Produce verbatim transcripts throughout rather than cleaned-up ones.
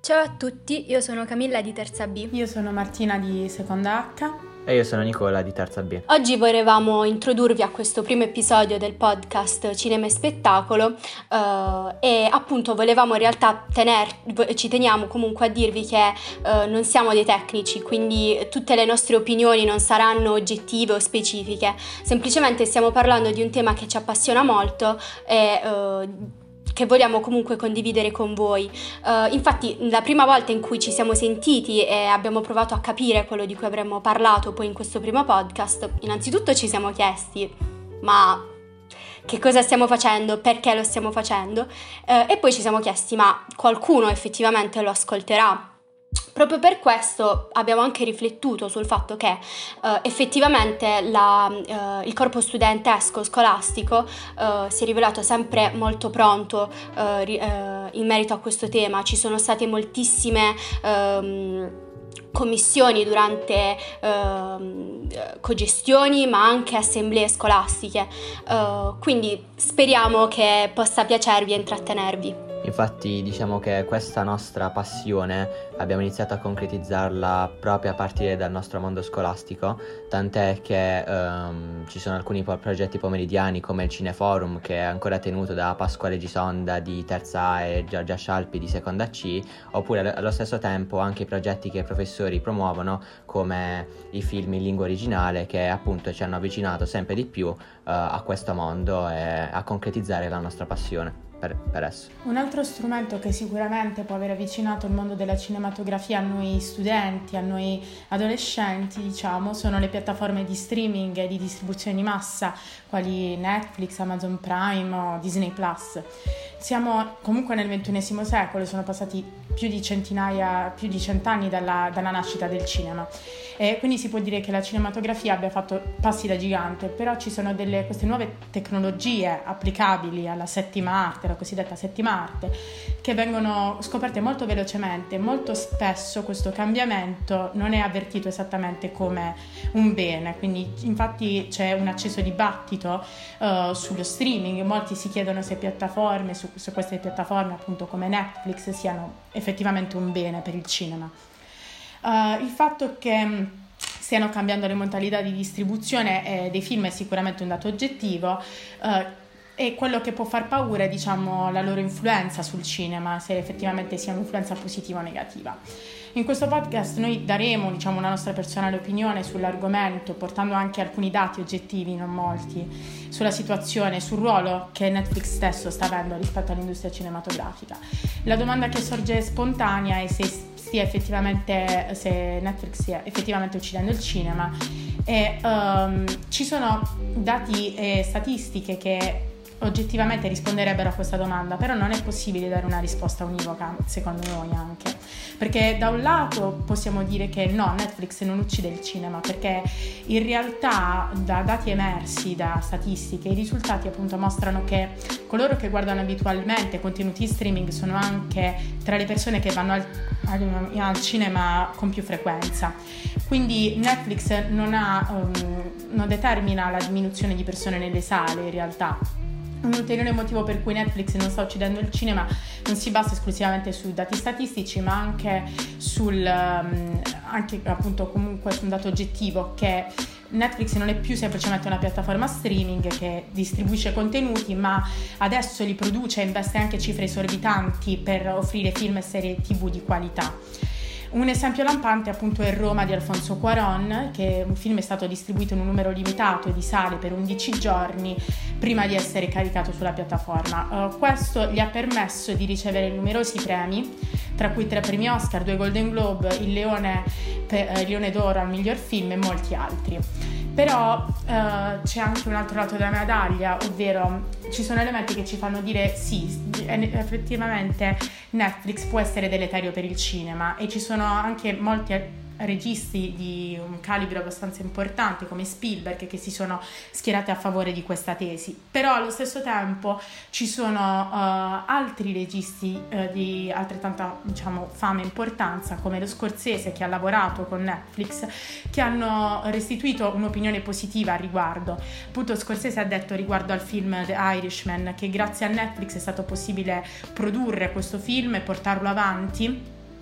Ciao a tutti, io sono Camilla di Terza B. Io sono Martina di Seconda H. E io sono Nicola di Terza B. Oggi volevamo introdurvi a questo primo episodio del podcast Cinema e Spettacolo uh, e appunto volevamo in realtà tener, ci teniamo comunque a dirvi che uh, non siamo dei tecnici, quindi tutte le nostre opinioni non saranno oggettive o specifiche, semplicemente stiamo parlando di un tema che ci appassiona molto e uh, che vogliamo comunque condividere con voi. Uh, infatti la prima volta in cui ci siamo sentiti e abbiamo provato a capire quello di cui avremmo parlato poi in questo primo podcast, innanzitutto ci siamo chiesti ma che cosa stiamo facendo, perché lo stiamo facendo, uh, e poi ci siamo chiesti ma qualcuno effettivamente lo ascolterà? Proprio per questo abbiamo anche riflettuto sul fatto che uh, effettivamente la, uh, il corpo studentesco scolastico uh, si è rivelato sempre molto pronto uh, ri, uh, in merito a questo tema. Ci sono state moltissime um, commissioni durante uh, cogestioni ma anche assemblee scolastiche, uh, quindi speriamo che possa piacervi e intrattenervi. Infatti diciamo che questa nostra passione abbiamo iniziato a concretizzarla proprio a partire dal nostro mondo scolastico, tant'è che um, ci sono alcuni po- progetti pomeridiani come il Cineforum, che è ancora tenuto da Pasquale Gisonda di Terza A e Giorgia Scialpi di Seconda C, oppure allo stesso tempo anche i progetti che i professori promuovono come i film in lingua originale, che appunto ci hanno avvicinato sempre di più uh, a questo mondo e a concretizzare la nostra passione. Per, per esso. Un altro strumento che sicuramente può aver avvicinato il mondo della cinematografia a noi studenti, a noi adolescenti, diciamo, sono le piattaforme di streaming e di distribuzione di massa, quali Netflix, Amazon Prime o Disney Plus. Siamo comunque nel ventunesimo secolo, sono passati più di centinaia, più di cent'anni dalla, dalla nascita del cinema. E quindi si può dire che la cinematografia abbia fatto passi da gigante, però ci sono delle, queste nuove tecnologie applicabili alla settima arte, la cosiddetta settima arte, che vengono scoperte molto velocemente. Molto spesso questo cambiamento non è avvertito esattamente come un bene, quindi infatti c'è un acceso dibattito uh, sullo streaming. Molti si chiedono se piattaforme, su, su queste piattaforme appunto come Netflix siano effettivamente un bene per il cinema. Uh, il fatto che stiano cambiando le modalità di distribuzione eh, dei film è sicuramente un dato oggettivo, uh, e quello che può far paura è, diciamo, la loro influenza sul cinema, se effettivamente sia un'influenza positiva o negativa. In questo podcast noi daremo, diciamo, una nostra personale opinione sull'argomento, portando anche alcuni dati oggettivi, non molti, sulla situazione, sul ruolo che Netflix stesso sta avendo rispetto all'industria cinematografica. La domanda che sorge spontanea è se stia effettivamente, se Netflix stia effettivamente uccidendo il cinema, e um, ci sono dati e statistiche che oggettivamente risponderebbero a questa domanda, però non è possibile dare una risposta univoca, secondo noi, anche perché da un lato possiamo dire che no, Netflix non uccide il cinema, perché in realtà da dati emersi, da statistiche, i risultati appunto mostrano che coloro che guardano abitualmente contenuti in streaming sono anche tra le persone che vanno al, al, al cinema con più frequenza. Quindi Netflix non ha um, non determina la diminuzione di persone nelle sale. In realtà un ulteriore motivo per cui Netflix non sta uccidendo il cinema non si basa esclusivamente sui dati statistici, ma anche sul um, anche appunto comunque su un dato oggettivo, che Netflix non è più semplicemente una piattaforma streaming che distribuisce contenuti, ma adesso li produce e investe anche cifre esorbitanti per offrire film e serie tv di qualità. Un esempio lampante appunto è Roma di Alfonso Cuarón, che un film è stato distribuito in un numero limitato di sale per undici giorni prima di essere caricato sulla piattaforma. Uh, questo gli ha permesso di ricevere numerosi premi, tra cui tre premi Oscar, due Golden Globe, il Leone, pe- eh, il Leone d'Oro al miglior film e molti altri. Però uh, c'è anche un altro lato della medaglia, ovvero ci sono elementi che ci fanno dire sì, effettivamente Netflix può essere deleterio per il cinema, e ci sono anche molti registi di un calibro abbastanza importante come Spielberg che si sono schierati a favore di questa tesi. Però allo stesso tempo ci sono uh, altri registi uh, di altrettanta, diciamo, fama e importanza, come lo Scorsese, che ha lavorato con Netflix, che hanno restituito un'opinione positiva al riguardo. Appunto Scorsese ha detto riguardo al film The Irishman che grazie a Netflix è stato possibile produrre questo film e portarlo avanti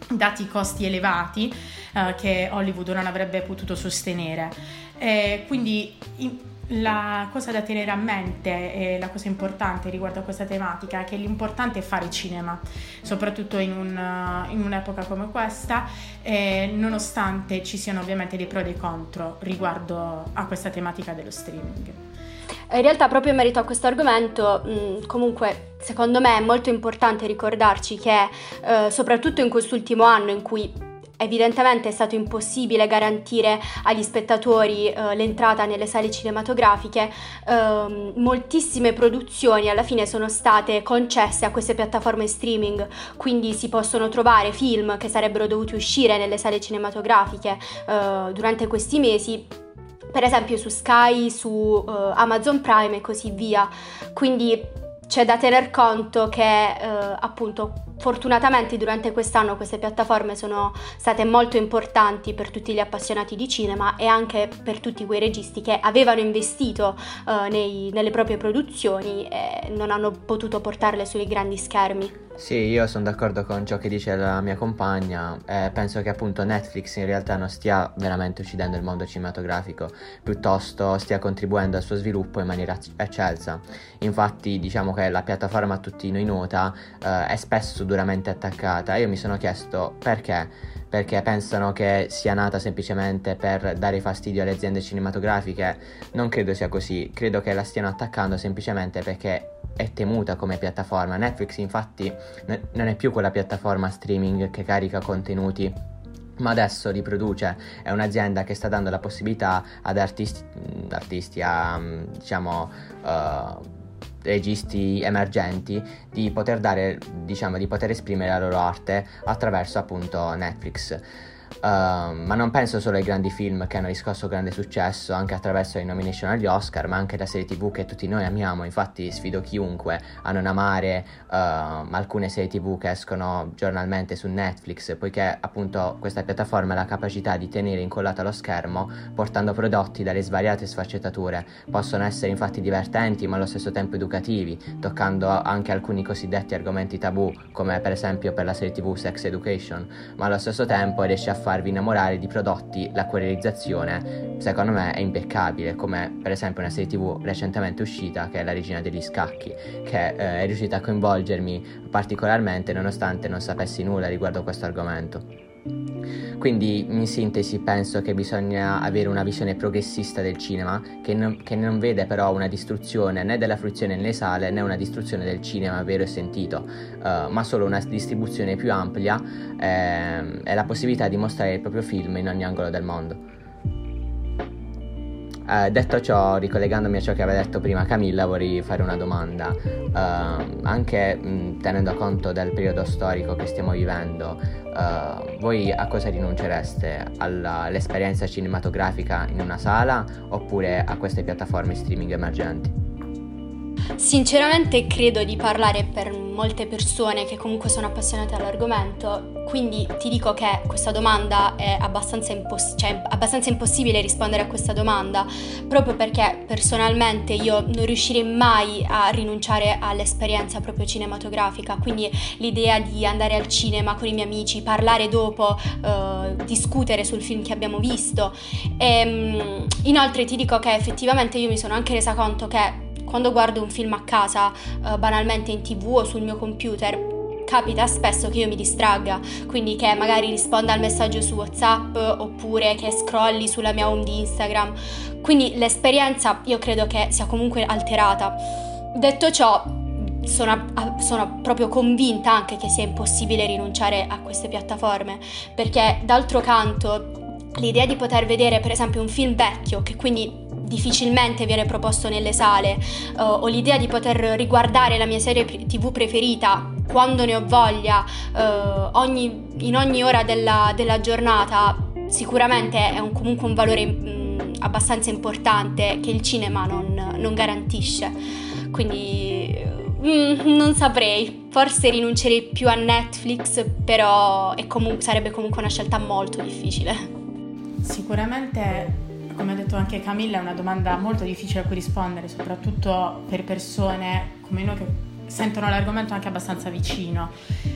dati i costi elevati eh, che Hollywood non avrebbe potuto sostenere. Eh, quindi in, la cosa da tenere a mente e la cosa importante riguardo a questa tematica è che l'importante è fare cinema, soprattutto in, un, in un'epoca come questa, eh, nonostante ci siano ovviamente dei pro e dei contro riguardo a questa tematica dello streaming. In realtà, proprio in merito a questo argomento, mh, comunque secondo me è molto importante ricordarci che eh, soprattutto in quest'ultimo anno in cui evidentemente è stato impossibile garantire agli spettatori eh, l'entrata nelle sale cinematografiche, eh, moltissime produzioni alla fine sono state concesse a queste piattaforme streaming, quindi si possono trovare film che sarebbero dovuti uscire nelle sale cinematografiche eh, durante questi mesi, per esempio su Sky, su uh, Amazon Prime e così via. Quindi c'è da tener conto che uh, appunto fortunatamente durante quest'anno queste piattaforme sono state molto importanti per tutti gli appassionati di cinema e anche per tutti quei registi che avevano investito uh, nei, nelle proprie produzioni e non hanno potuto portarle sui grandi schermi. Sì, io sono d'accordo con ciò che dice la mia compagna, eh, penso che appunto Netflix in realtà non stia veramente uccidendo il mondo cinematografico, piuttosto stia contribuendo al suo sviluppo in maniera eccelsa. Infatti diciamo che la piattaforma a tutti noi nota eh, è spesso duramente attaccata. Io mi sono chiesto perché, perché pensano che sia nata semplicemente per dare fastidio alle aziende cinematografiche. Non credo sia così, credo che la stiano attaccando semplicemente perché è temuta come piattaforma. Netflix infatti non è più quella piattaforma streaming che carica contenuti, ma adesso riproduce, è un'azienda che sta dando la possibilità ad artisti, artisti a diciamo uh, registi emergenti di poter dare, diciamo, di poter esprimere la loro arte attraverso appunto Netflix. Uh, ma non penso solo ai grandi film che hanno riscosso grande successo anche attraverso le nomination agli Oscar, ma anche la serie tv che tutti noi amiamo. Infatti sfido chiunque a non amare uh, alcune serie tv che escono giornalmente su Netflix, poiché appunto questa piattaforma ha la capacità di tenere incollata allo schermo portando prodotti dalle svariate sfaccettature. Possono essere infatti divertenti ma allo stesso tempo educativi, toccando anche alcuni cosiddetti argomenti tabù, come per esempio per la serie tv Sex Education, ma allo stesso tempo riesce a farvi innamorare di prodotti la cui realizzazione secondo me è impeccabile, come per esempio una serie tv recentemente uscita che è La Regina degli Scacchi, che eh, è riuscita a coinvolgermi particolarmente nonostante non sapessi nulla riguardo a questo argomento. Quindi in sintesi penso che bisogna avere una visione progressista del cinema che non, che non vede però una distruzione né della fruizione nelle sale né una distruzione del cinema vero e sentito, uh, ma solo una distribuzione più ampia eh, e la possibilità di mostrare il proprio film in ogni angolo del mondo. Uh, detto ciò, ricollegandomi a ciò che aveva detto prima Camilla, vorrei fare una domanda. Uh, anche mh, tenendo conto del periodo storico che stiamo vivendo, uh, voi a cosa rinuncereste? Alla, all'esperienza cinematografica in una sala oppure a queste piattaforme streaming emergenti? Sinceramente credo di parlare per molte persone che comunque sono appassionate all'argomento, quindi ti dico che questa domanda è abbastanza, imposs- cioè, abbastanza impossibile rispondere a questa domanda, proprio perché personalmente io non riuscirei mai a rinunciare all'esperienza proprio cinematografica, quindi l'idea di andare al cinema con i miei amici, parlare dopo, eh, discutere sul film che abbiamo visto. E, inoltre ti dico che effettivamente io mi sono anche resa conto che quando guardo un film a casa, eh, banalmente in tv o sul mio computer, capita spesso che io mi distragga, quindi che magari risponda al messaggio su WhatsApp oppure che scrolli sulla mia home di Instagram, quindi l'esperienza io credo che sia comunque alterata. Detto ciò, sono, sono proprio convinta anche che sia impossibile rinunciare a queste piattaforme, perché d'altro canto l'idea di poter vedere per esempio un film vecchio che quindi difficilmente viene proposto nelle sale, uh, o l'idea di poter riguardare la mia serie tv preferita quando ne ho voglia, uh, ogni, in ogni ora della, della giornata, sicuramente è un, comunque un valore mh, abbastanza importante che il cinema non, non garantisce. Quindi mh, non saprei, forse rinuncerei più a Netflix, però è comu- sarebbe comunque una scelta molto difficile. Sicuramente, come ha detto anche Camilla, è una domanda molto difficile a cui rispondere, soprattutto per persone come noi che sentono l'argomento anche abbastanza vicino.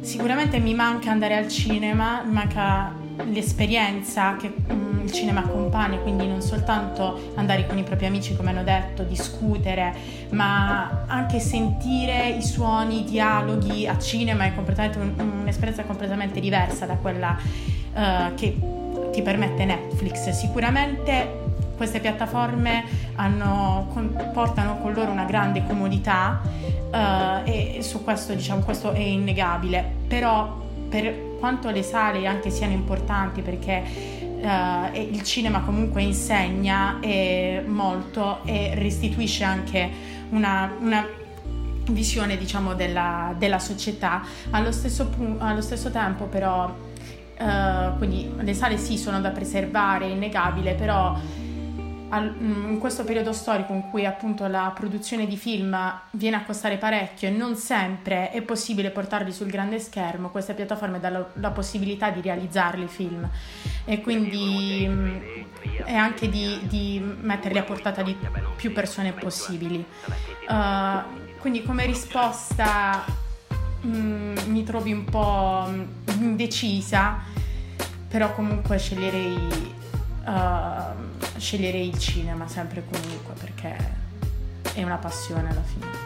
sicuramente mi manca andare al cinema, mi manca l'esperienza che um, il cinema accompagna, quindi non soltanto andare con i propri amici, come hanno detto, discutere, ma anche sentire i suoni, i dialoghi a cinema è completamente un, un'esperienza completamente diversa da quella uh, che ti permette Netflix. Sicuramente queste piattaforme hanno, con, portano con loro una grande comodità uh, e su questo, diciamo, questo è innegabile, però per quanto le sale anche siano importanti, perché uh, il cinema comunque insegna e molto e restituisce anche una, una visione, diciamo, della, della società, allo stesso, allo stesso tempo però uh, quindi le sale sì sono da preservare, è innegabile, però in questo periodo storico in cui appunto la produzione di film viene a costare parecchio e non sempre è possibile portarli sul grande schermo, queste piattaforme danno la possibilità di realizzarli i film e quindi è anche di, di metterli a portata di più persone possibili. Uh, quindi come risposta mh, mi trovi un po' indecisa, però comunque sceglierei uh, sceglierei il cinema sempre e comunque, perché è una passione alla fine.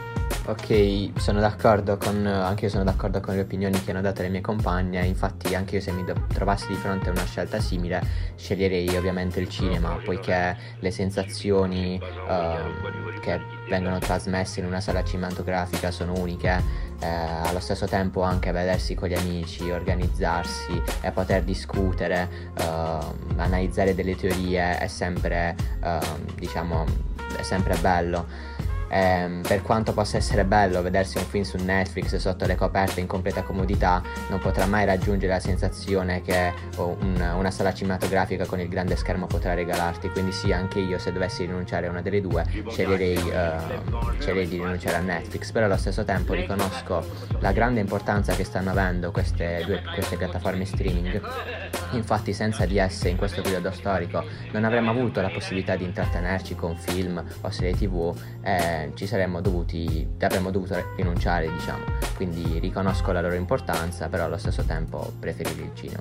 Ok, sono d'accordo con, anche io sono d'accordo con le opinioni che hanno dato le mie compagne, infatti anche io se mi do, trovassi di fronte a una scelta simile sceglierei ovviamente il cinema, poiché le sensazioni uh, che vengono trasmesse in una sala cinematografica sono uniche. Eh, allo stesso tempo anche vedersi con gli amici, organizzarsi e poter discutere, uh, analizzare delle teorie è sempre, uh, diciamo, è sempre bello. Eh, per quanto possa essere bello vedersi un film su Netflix sotto le coperte in completa comodità, non potrà mai raggiungere la sensazione che un, una sala cinematografica con il grande schermo potrà regalarti. Quindi sì, anche io se dovessi rinunciare a una delle due sceglierei, uh, sceglierei di rinunciare a Netflix, però allo stesso tempo riconosco la grande importanza che stanno avendo queste due queste piattaforme streaming. Infatti senza di esse in questo periodo storico non avremmo avuto la possibilità di intrattenerci con film o serie tv, eh, ci saremmo dovuti avremmo dovuto rinunciare, diciamo. Quindi riconosco la loro importanza, però allo stesso tempo preferirei il cinema.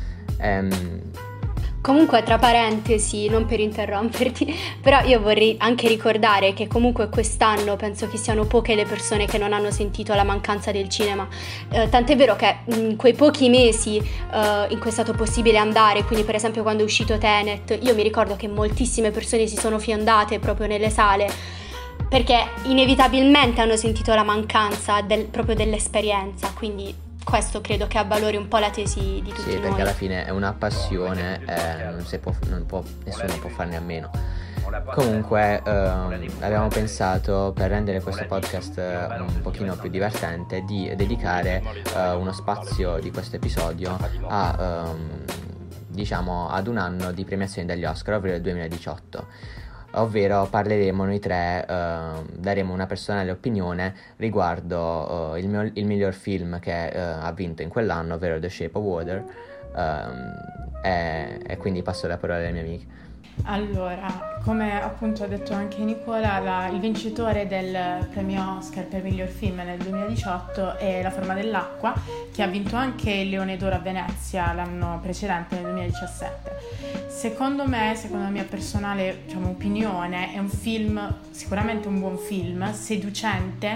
ehm, Comunque, tra parentesi, non per interromperti, però io vorrei anche ricordare che comunque quest'anno penso che siano poche le persone che non hanno sentito la mancanza del cinema, eh, tant'è vero che in quei pochi mesi eh, in cui è stato possibile andare, quindi per esempio quando è uscito Tenet, io mi ricordo che moltissime persone si sono fiondate proprio nelle sale, perché inevitabilmente hanno sentito la mancanza del, proprio dell'esperienza, quindi questo credo che avvalori un po' la tesi di tutti sì, noi. Perché alla fine è una passione e non si può, non può, nessuno può farne a meno. Comunque ehm, abbiamo pensato, per rendere questo podcast un pochino più divertente, di dedicare eh, uno spazio di questo episodio a ehm, diciamo ad un anno di premiazione degli Oscar, ovvero il duemiladiciotto. Ovvero parleremo noi tre, uh, daremo una personale opinione riguardo uh, il, mio, il miglior film che uh, ha vinto in quell'anno, ovvero The Shape of Water, um, e, e quindi passo la parola alle mie amiche. Allora, come appunto ha detto anche Nicola, la, il vincitore del premio Oscar per miglior film nel duemiladiciotto è La forma dell'acqua, che ha vinto anche il Leone d'Oro a Venezia l'anno precedente, nel duemiladiciassette. Secondo me, secondo la mia personale, diciamo, opinione, è un film, sicuramente un buon film, seducente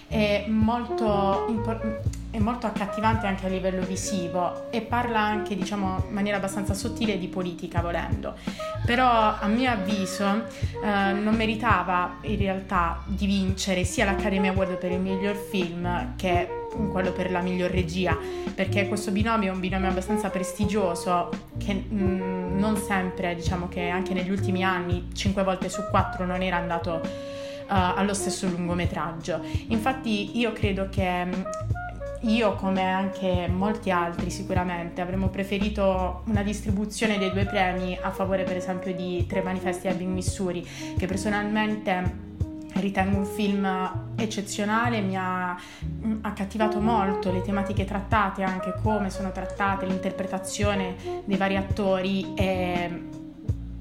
e molto importante, è molto accattivante anche a livello visivo e parla anche, diciamo, in maniera abbastanza sottile di politica, volendo. Però a mio avviso eh, non meritava in realtà di vincere sia l'Academy Award per il miglior film che quello per la miglior regia, perché questo binomio è un binomio abbastanza prestigioso che mh, non sempre, diciamo che anche negli ultimi anni, cinque volte su quattro non era andato uh, allo stesso lungometraggio. Infatti io credo che io, come anche molti altri sicuramente, avremmo preferito una distribuzione dei due premi a favore per esempio di Tre manifesti a Ebbing, Missouri, che personalmente ritengo un film eccezionale, mi ha accattivato molto, le tematiche trattate, anche come sono trattate, l'interpretazione dei vari attori è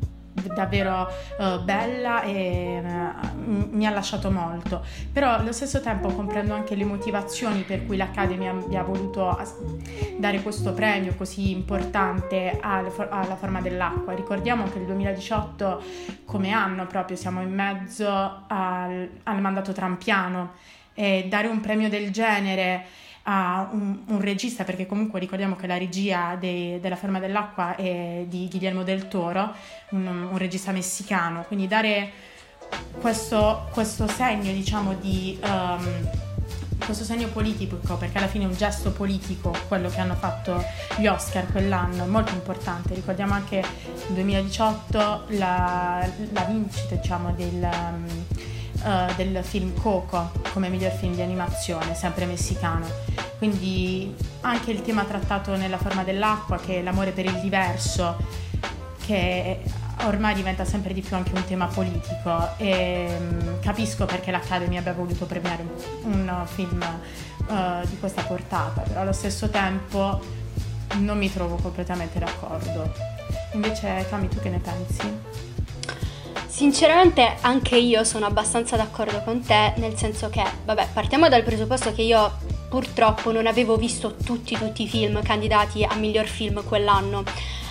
davvero uh, bella e uh, mi ha lasciato molto, però allo stesso tempo comprendo anche le motivazioni per cui l'Academy abbia voluto dare questo premio così importante alla, alla Forma dell'acqua. Ricordiamo che il duemiladiciotto come anno proprio siamo in mezzo al, al mandato trumpiano, e dare un premio del genere a un, un regista, perché comunque ricordiamo che la regia de, della Forma dell'acqua è di Guillermo del Toro, un, un regista messicano, quindi dare questo, questo segno, diciamo, di um, questo segno politico, perché alla fine è un gesto politico quello che hanno fatto gli Oscar quell'anno, è molto importante. Ricordiamo anche nel duemiladiciotto la, la vincita, diciamo, del um, Uh, del film Coco come miglior film di animazione, sempre messicano. Quindi anche il tema trattato nella Forma dell'acqua, che è l'amore per il diverso, che ormai diventa sempre di più anche un tema politico, e um, capisco perché l'Academy abbia voluto premiare un, un film uh, di questa portata, però allo stesso tempo non mi trovo completamente d'accordo. Invece Cami, tu che ne pensi? Sinceramente anche io sono abbastanza d'accordo con te, nel senso che, vabbè, partiamo dal presupposto che io purtroppo non avevo visto tutti tutti i film candidati a miglior film quell'anno.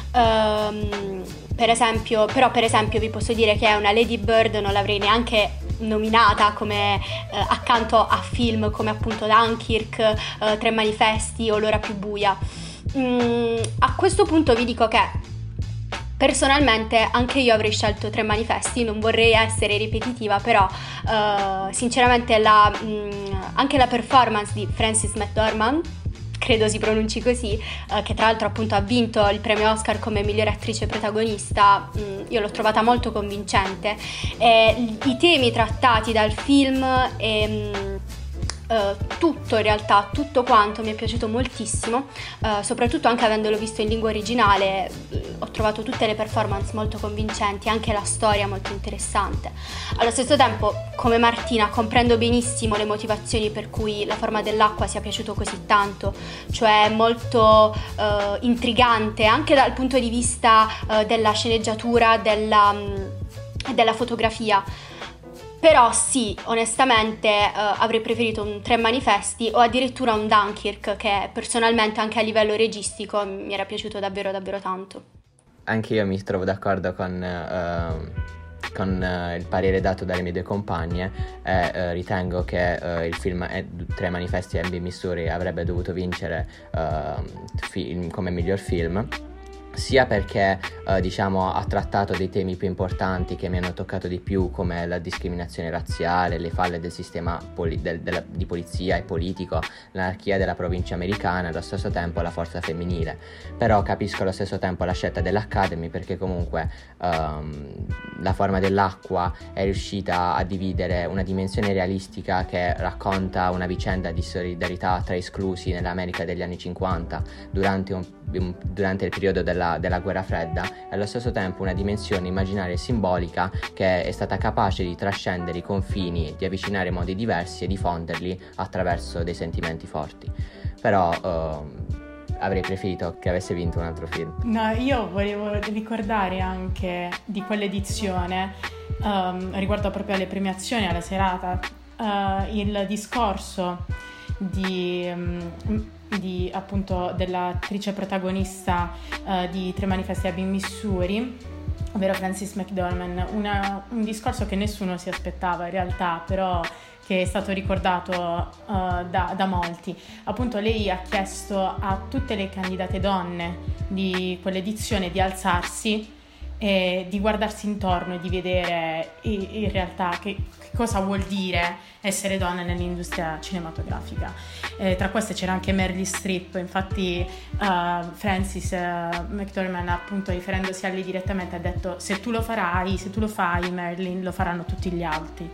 Um, per esempio, però per esempio vi posso dire che una Lady Bird non l'avrei neanche nominata come eh, accanto a film come appunto Dunkirk, eh, Tre manifesti o L'ora più buia. Mm, a questo punto vi dico che personalmente anche io avrei scelto Tre manifesti, non vorrei essere ripetitiva, però uh, sinceramente la, mh, anche la performance di Frances McDormand, credo si pronunci così, uh, che tra l'altro appunto ha vinto il premio Oscar come migliore attrice protagonista, mh, io l'ho trovata molto convincente. E i temi trattati dal film e mh, Uh, tutto in realtà, tutto quanto mi è piaciuto moltissimo, uh, soprattutto anche avendolo visto in lingua originale. Uh, ho trovato tutte le performance molto convincenti, anche la storia molto interessante. Allo stesso tempo, come Martina, comprendo benissimo le motivazioni per cui La Forma dell'acqua sia piaciuto così tanto, cioè molto uh, intrigante anche dal punto di vista uh, della sceneggiatura, della, um, della fotografia. Però sì, onestamente eh, avrei preferito un Tre manifesti o addirittura un Dunkirk, che personalmente anche a livello registico mi era piaciuto davvero davvero tanto. Anche io mi trovo d'accordo con, uh, con uh, il parere dato dalle mie due compagne e uh, ritengo che uh, il film Tre manifesti Ebbing, Missouri avrebbe dovuto vincere uh, film, come miglior film, sia perché eh, diciamo ha trattato dei temi più importanti che mi hanno toccato di più, come la discriminazione razziale, le falle del sistema poli- del, della, di polizia e politico, l'anarchia della provincia americana e allo stesso tempo la forza femminile. Però capisco allo stesso tempo la scelta dell'Academy, perché comunque ehm, La Forma dell'acqua è riuscita a dividere una dimensione realistica che racconta una vicenda di solidarietà tra esclusi nell'America degli anni cinquanta durante, un, un, durante il periodo della della guerra fredda, e allo stesso tempo una dimensione immaginaria e simbolica che è stata capace di trascendere i confini, di avvicinare modi diversi e diffonderli attraverso dei sentimenti forti. Però uh, avrei preferito che avesse vinto un altro film. No, io volevo ricordare anche di quell'edizione um, riguardo proprio alle premiazioni, alla serata, uh, il discorso di um, di appunto dell'attrice protagonista uh, di Tre manifesti Ebbing, Missouri, ovvero Frances McDormand, una, un discorso che nessuno si aspettava in realtà, però che è stato ricordato uh, da, da molti. Appunto lei ha chiesto a tutte le candidate donne di quell'edizione di alzarsi e di guardarsi intorno e di vedere in realtà che, che cosa vuol dire essere donne nell'industria cinematografica. Eh, tra queste c'era anche Meryl Streep, infatti uh, Frances uh, McDormand, appunto riferendosi a lei direttamente, ha detto: se tu lo farai, se tu lo fai Marilyn, lo faranno tutti gli altri.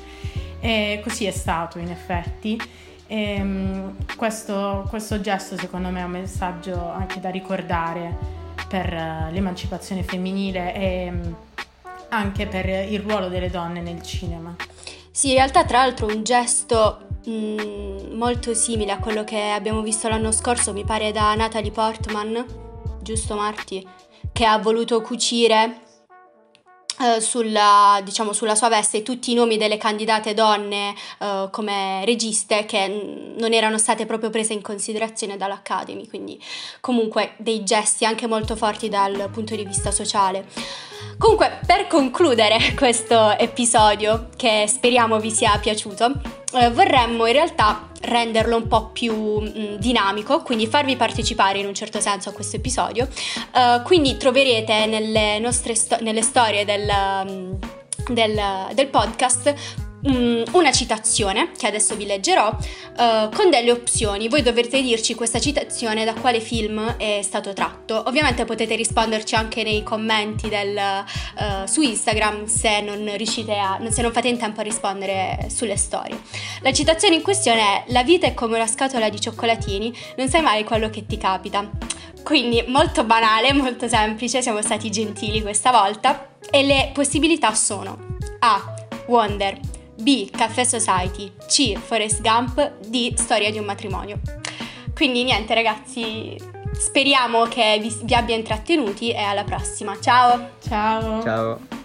E così è stato in effetti. E, um, questo, questo gesto secondo me è un messaggio anche da ricordare per uh, l'emancipazione femminile e um, anche per il ruolo delle donne nel cinema. Sì, in realtà tra l'altro un gesto mh, molto simile a quello che abbiamo visto l'anno scorso, mi pare da Natalie Portman, giusto Marti? Che ha voluto cucire Uh, sulla, diciamo, sulla sua veste tutti i nomi delle candidate donne uh, come registe che n- non erano state proprio prese in considerazione dall'Academy, quindi comunque dei gesti anche molto forti dal punto di vista sociale. Comunque, per concludere questo episodio, che speriamo vi sia piaciuto, eh, vorremmo in realtà renderlo un po' più mh, dinamico, quindi farvi partecipare in un certo senso a questo episodio. Uh, quindi troverete nelle nostre sto- nelle storie del, um, del, del podcast um, una citazione che adesso vi leggerò, uh, con delle opzioni. Voi dovrete dirci questa citazione da quale film è stato tratto. Ovviamente potete risponderci anche nei commenti del, uh, su Instagram se non riuscite a, se non fate in tempo a rispondere sulle storie. La citazione in questione è: la vita è come una scatola di cioccolatini, non sai mai quello che ti capita. Quindi molto banale, molto semplice, siamo stati gentili questa volta e le possibilità sono A. Wonder, B. Caffè Society, C. Forrest Gump, D. Storia di un matrimonio. Quindi niente ragazzi, speriamo che vi, vi abbia intrattenuti e alla prossima. Ciao! Ciao! Ciao!